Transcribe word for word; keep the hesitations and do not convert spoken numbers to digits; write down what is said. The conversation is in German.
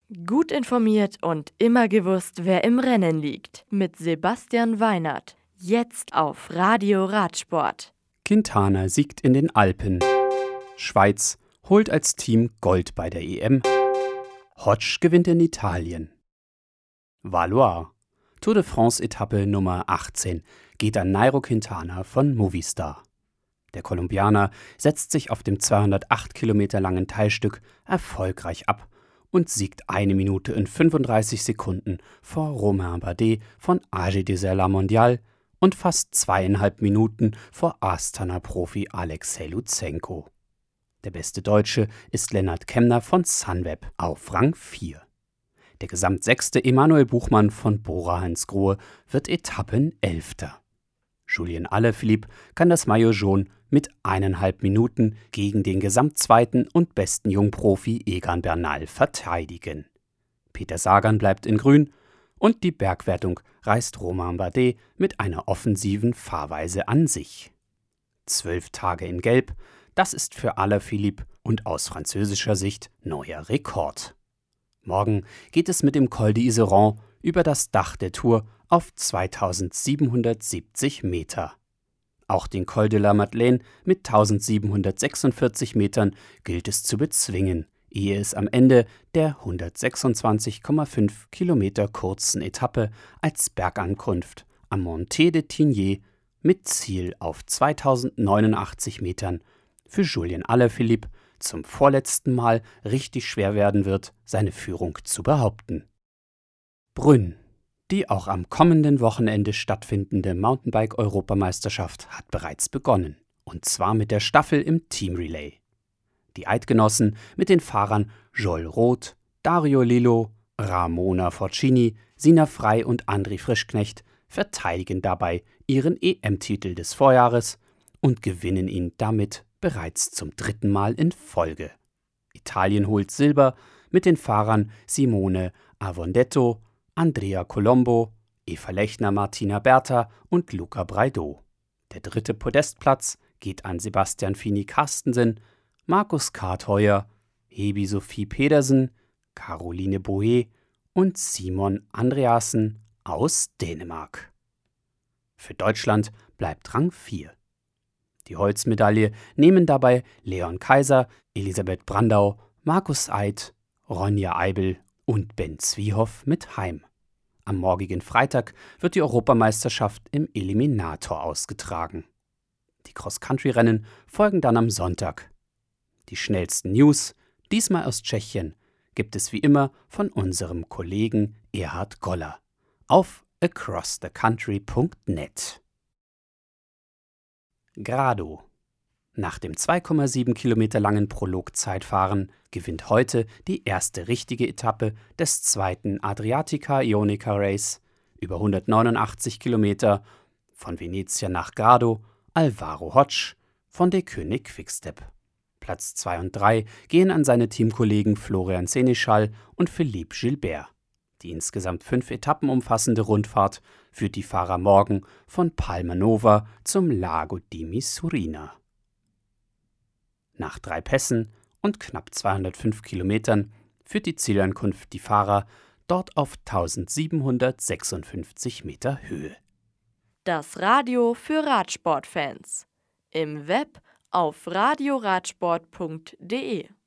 Gut informiert und immer gewusst, wer im Rennen liegt. Mit Sebastian Weinert. Jetzt auf Radio Radsport. Quintana siegt in den Alpen. Schweiz holt als Team Gold bei der E M. Hodge gewinnt in Italien. Valois. Tour de France-Etappe Nummer achtzehn geht an Nairo Quintana von Movistar. Der Kolumbianer setzt sich auf dem zweihundertacht Kilometer langen Teilstück erfolgreich ab und siegt eine Minute und fünfunddreißig Sekunden vor Romain Bardet von A G Desert La Mondiale und fast zweieinhalb Minuten vor Astana-Profi Alexei Lutsenko. Der beste Deutsche ist Lennart Kemner von Sunweb auf Rang vier. Der Gesamtsechste Emanuel Buchmann von Bora Hansgrohe wird Etappenelfter. Julien Alaphilippe kann das Maillot jaune mit eineinhalb Minuten gegen den Gesamtzweiten und besten Jungprofi Egan Bernal verteidigen. Peter Sagan bleibt in Grün und die Bergwertung reißt Romain Bardet mit einer offensiven Fahrweise an sich. Zwölf Tage in Gelb, das ist für Alaphilippe und aus französischer Sicht neuer Rekord. Morgen geht es mit dem Col d'Iseran über das Dach der Tour auf zweitausendsiebenhundertsiebzig Meter. Auch den Col de la Madeleine mit eintausendsiebenhundertsechsundvierzig Metern gilt es zu bezwingen, ehe es am Ende der hundertsechsundzwanzig Komma fünf Kilometer kurzen Etappe als Bergankunft am Monte de Tignes mit Ziel auf zweitausendneunundachtzig Metern für Julien Alaphilippe zum vorletzten Mal richtig schwer werden wird, seine Führung zu behaupten. Brünn. Die auch am kommenden Wochenende stattfindende Mountainbike-Europameisterschaft hat bereits begonnen, und zwar mit der Staffel im Team Relay. Die Eidgenossen mit den Fahrern Joel Roth, Dario Lillo, Ramona Forcini, Sina Frey und André Frischknecht verteidigen dabei ihren E M-Titel des Vorjahres und gewinnen ihn damit bereits zum dritten Mal in Folge. Italien holt Silber mit den Fahrern Simone Avondetto, Andrea Colombo, Eva Lechner, Martina Berta und Luca Braido. Der dritte Podestplatz geht an Sebastian Fini Carstensen, Markus Kartheuer, Hebi Sophie Pedersen, Caroline Boe und Simon Andreasen aus Dänemark. Für Deutschland bleibt Rang vier. Die Holzmedaille nehmen dabei Leon Kaiser, Elisabeth Brandau, Markus Eid, Ronja Eibel und Ben Zwiehoff mit heim. Am morgigen Freitag wird die Europameisterschaft im Eliminator ausgetragen. Die Cross-Country-Rennen folgen dann am Sonntag. Die schnellsten News, diesmal aus Tschechien, gibt es wie immer von unserem Kollegen Erhard Goller auf across the country punkt net. Grado. Nach dem zwei Komma sieben Kilometer langen Prolog-Zeitfahren gewinnt heute die erste richtige Etappe des zweiten Adriatica-Ionica-Race über hundertneunundachtzig Kilometer von Venezia nach Grado Alvaro Hodge von der König Quickstep. Platz zwei und drei gehen an seine Teamkollegen Florian Seneschal und Philippe Gilbert. Die insgesamt fünf Etappen umfassende Rundfahrt führt die Fahrer morgen von Palma Nova zum Lago di Misurina. Nach drei Pässen und knapp zweihundertfünf Kilometern führt die Zielankunft die Fahrer dort auf eintausendsiebenhundertsechsundfünfzig Meter Höhe. Das Radio für Radsportfans. Im Web auf radioradsport punkt de